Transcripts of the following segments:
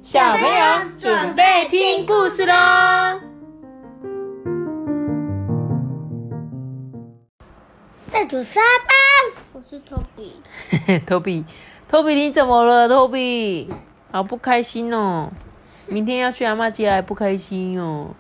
小朋友准备听故事咯。 在煮沙班，我是 Toby 你怎么了 Toby？ 好不开心哦，明天要去阿嬷家还不开心哦。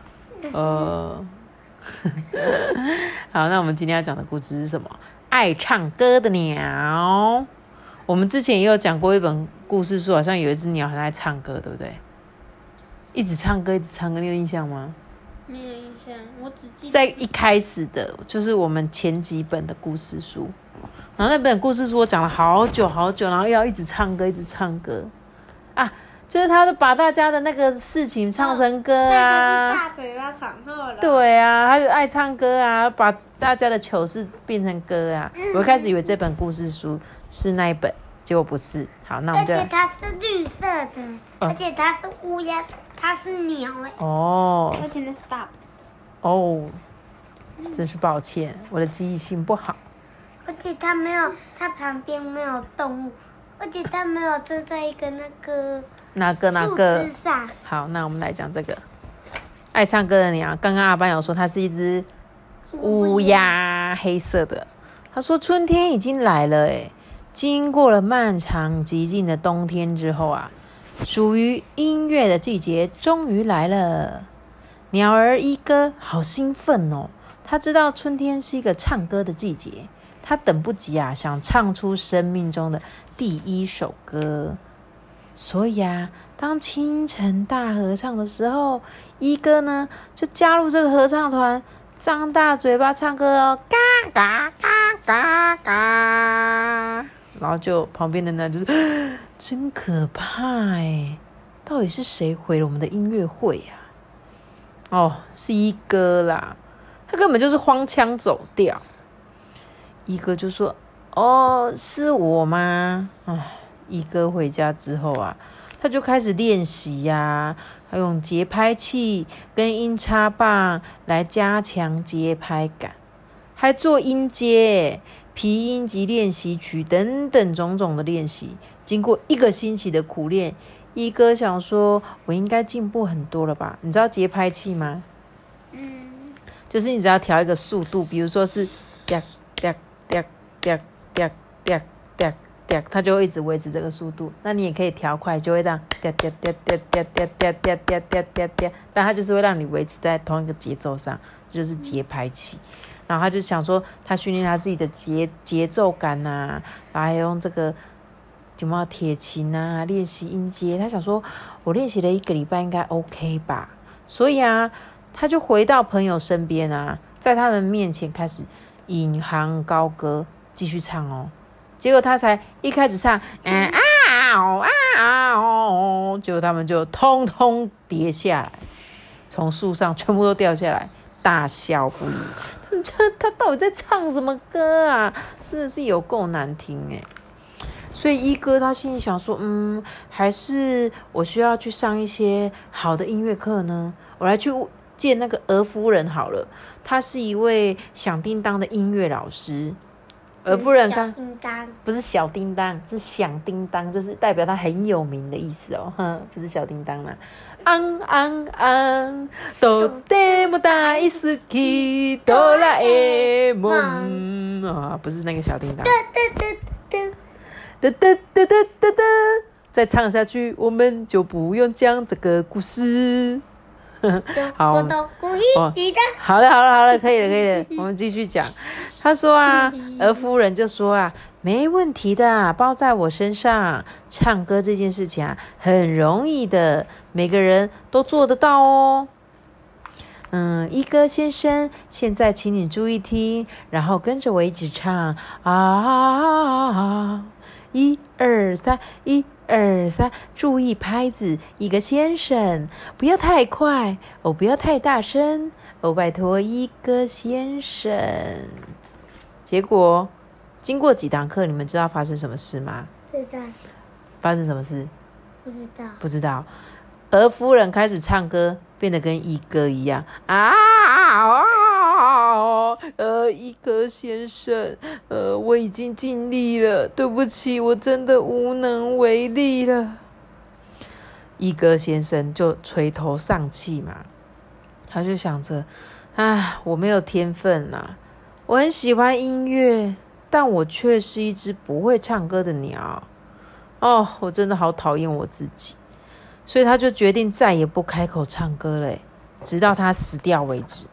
好，那我们今天要讲的故事是什么？爱唱歌的鸟。我们之前也有讲过一本故事书，好像有一只鸟很爱唱歌，对不对？一直唱歌，你有印象吗？ 没有印象，我只记得在一开始的，就是我们前几本的故事书，然后那本故事书我讲了好久，然后要一直唱歌啊，就是他把大家的那个事情唱成歌啊， 那个是大嘴巴闯祸了。 对啊，他就爱唱歌啊，把大家的糗事变成歌啊。我一开始以为这本故事书是那一本，结果不是。好，那我们就而且它是绿色的，而且它是乌鸦，它是鸟哦， 而且那是大的哦，真是抱歉，我的记忆性不好。 而且它旁边没有动物，而且它没有站在一个哪个树枝上。 好，那我们来讲这个爱唱歌的鸟。刚刚阿班有说它是一只乌鸦，黑色的。他说春天已经来了耶，经过了漫长寂静的冬天之后啊，属于音乐的季节终于来了。鸟儿一哥好兴奋哦，他知道春天是一个唱歌的季节，他等不及啊，想唱出生命中的第一首歌。所以啊，当清晨大合唱的时候，一哥呢就加入这个合唱团，张大嘴巴唱歌哦，嘎嘎嘎嘎嘎。然后就旁边的人就是真可怕耶，到底是谁毁了我们的音乐会呀？哦，是一哥啦，他根本就是荒腔走调。一哥就说：“哦，是我吗？”一哥回家之后啊，他就开始练习呀，他用节拍器跟音叉棒来加强节拍感，还做音阶、皮音及练习曲等等种种的练习。经过1个星期的苦练，一哥想说，我应该进步很多了吧？你知道节拍器吗？就是你只要调一个速度，比如说是哒哒哒哒哒哒哒哒，它就会一直维持这个速度。那你也可以调快，就会这样哒哒哒哒哒哒哒哒哒哒哒哒，但它就是会让你维持在同一个节奏上，这就是节拍器。然后他就想说，他训练他自己的节奏感啊，然后还用这个什么铁琴啊练习音阶。他想说，我练习了1个礼拜应该 OK 吧？所以啊，他就回到朋友身边啊，在他们面前开始引吭高歌，继续唱哦。结果他才一开始唱，结果他们就通通跌下来，从树上全部都掉下来，大笑不已。他到底在唱什么歌啊？真的是有够难听耶。所以一哥他心里想说，还是我需要去上一些好的音乐课呢。我来去见那个俄夫人好了，他是一位响叮当的音乐老师。俄夫人看不是小叮当，是响叮当，就是代表他很有名的意思哦。不是小叮当啦。とても大好き哆啦 A 夢啊，不是那个小叮当。再唱下去，我们就不用讲这个故事。好，好了，可以了，我们继续讲。他说啊，而夫人就说啊，没问题的，包在我身上。唱歌这件事情啊，很容易的，每个人都做得到哦。一哥先生，现在请你注意听，然后跟着我一起唱啊，1、2、3，1、2、3，注意拍子。一个先生，不要太快哦，不要太大声哦，拜托一个先生。结果经过几堂课，你们知道发生什么事吗？ 知道。 发生什么事？ 不知道。 而夫人开始唱歌，变得跟一哥一样一哥先生，我已经尽力了，对不起，我真的无能为力了。 一哥先生就垂头丧气嘛，他就想着，我没有天分啊，我很喜欢音乐，但我却是一只不会唱歌的鸟。我真的好讨厌我自己，所以他就决定再也不开口唱歌了，直到他死掉为止。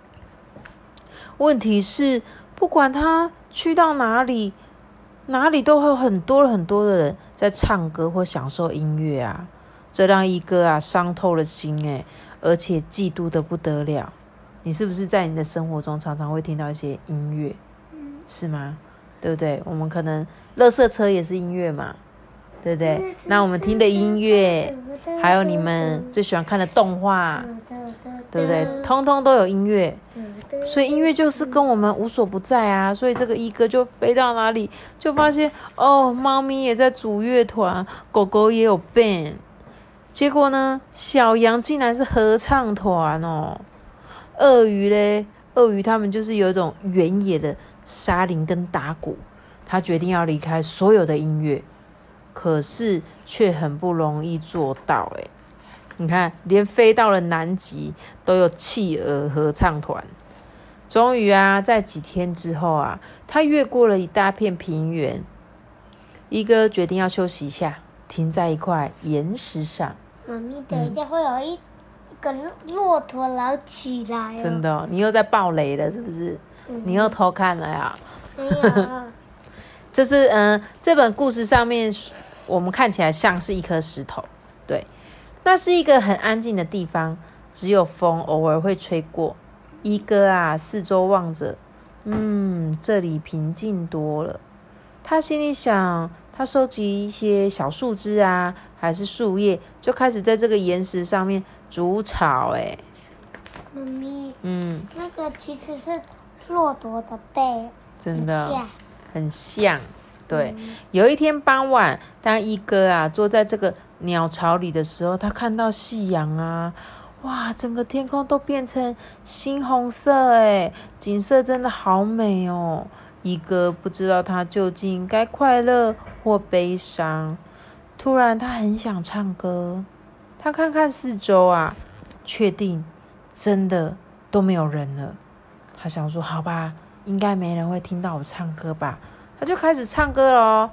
问题是，不管他去到哪里，哪里都会有很多的人在唱歌或享受音乐啊，这让一哥伤透了心，而且嫉妒的不得了。你是不是在你的生活中常常会听到一些音乐？是吗？对不对？我们可能垃圾车也是音乐嘛，对不对？那我们听的音乐，还有你们最喜欢看的动画，对不对？通通都有音乐，所以音乐就是跟我们无所不在啊。所以这个一哥就飞到哪里，就发现猫咪也在组乐团，狗狗也有 band。结果呢，小羊竟然是合唱团哦。鳄鱼嘞，鳄鱼他们就是有一种原野的沙林跟打鼓，他决定要离开所有的音乐，可是却很不容易做到。你看，连飞到了南极都有企鹅合唱团。终于在几天之后他越过了一大片平原，一哥决定要休息一下，停在一块岩石上。 妈咪，等一下会有一个骆驼老起来真的你又在爆雷了是不是？你又偷看了呀？ 没有。 这是这本故事上面我们看起来像是一颗石头，对，那是一个很安静的地方，只有风偶尔会吹过。一哥四周望着，这里平静多了。他心里想，他收集一些小树枝还是树叶，就开始在这个岩石上面筑巢。 妈咪，那个其实是骆驼的背， 真的很像。对，有一天傍晚，当一哥坐在这个鸟巢里的时候，他看到夕阳哇，整个天空都变成猩红色，景色真的好美哦。一哥不知道他究竟该快乐或悲伤。突然他很想唱歌，他看看四周确定真的都没有人了。他想说好吧，应该没人会听到我唱歌吧，他就开始唱歌咯。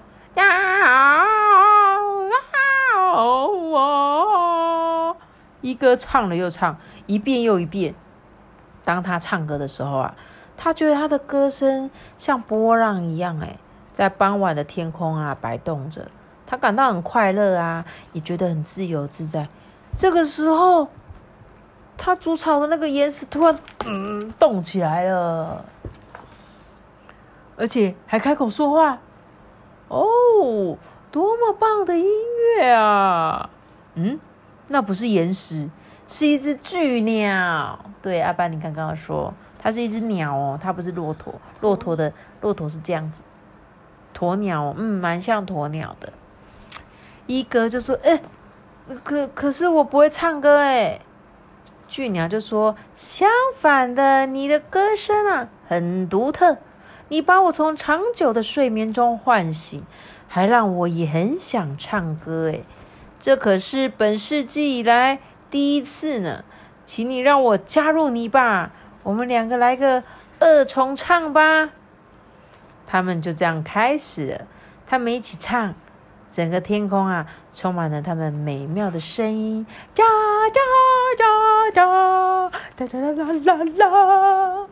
一哥唱了又唱，一遍又一遍。当他唱歌的时候他觉得他的歌声像波浪一样在傍晚的天空摆动着，他感到很快乐也觉得很自由自在。这个时候，他筑巢的那个岩石突然动起来了，而且还开口说话。多么棒的音乐啊！那不是岩石，是一只巨鸟。对，阿爸你刚刚说它是一只鸟它不是骆驼。骆驼是这样子，鸵鸟蛮像鸵鸟的。一哥就说可是我不会唱歌巨鸟就说相反的，你的歌声很独特，你把我从长久的睡眠中唤醒，还让我也很想唱歌这可是本世纪以来第一次呢，请你让我加入你吧，我们两个来个二重唱吧。他们就这样开始了，他们一起唱，整个天空充满了他们美妙的声音，喳喳喳喳，哒哒啦啦啦。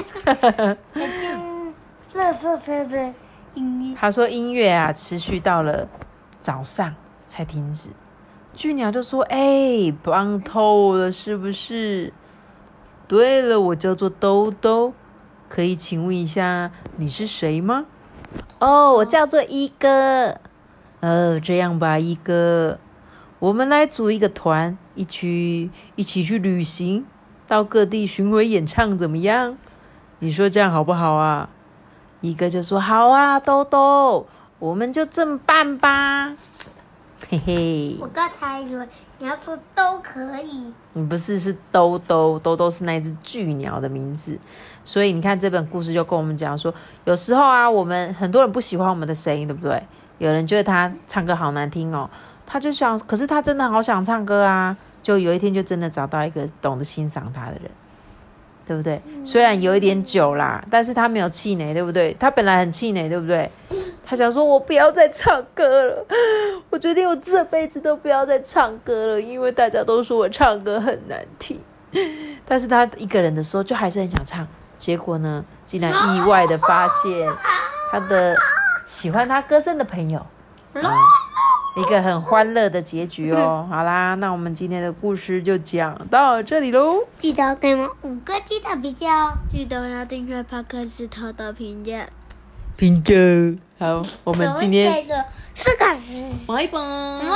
他说音乐持续到了早上才停止。巨鸟就说棒透了是不是？对了，我叫做兜兜，可以请问一下你是谁吗？我叫做一哥。这样吧，一哥，我们来组一个团，一起去旅行，到各地巡回演唱怎么样？你说这样好不好一哥就说好兜兜，我们就这么办吧。嘿嘿， 我刚才以为你要说都可以。 不是，是兜兜，兜兜是那只巨鸟的名字。所以你看这本故事就跟我们讲说，有时候我们很多人不喜欢我们的声音，对不对？有人觉得他唱歌好难听他就想，可是他真的好想唱歌啊，就有一天就真的找到一个懂得欣赏他的人，对不对？虽然有一点久啦，但是他没有气馁，对不对？他本来很气馁，对不对？他想说，我不要再唱歌了，我决定我这辈子都不要再唱歌了，因为大家都说我唱歌很难听。但是他一个人的时候就还是很想唱，结果呢，竟然意外的发现他的喜欢他歌声的朋友，一个很欢乐的结局哦。好啦，那我们今天的故事就讲到这里咯。 记得给我们5个记得比较，记得要订阅Podcast头的评价。 好，我们今天 4个拜拜。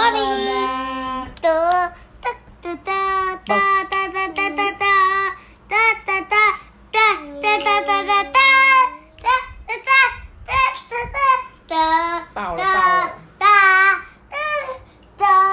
哒哒哒哒哒哒哒哒哒哒哒哒哒哒哒哒哒。 爆了。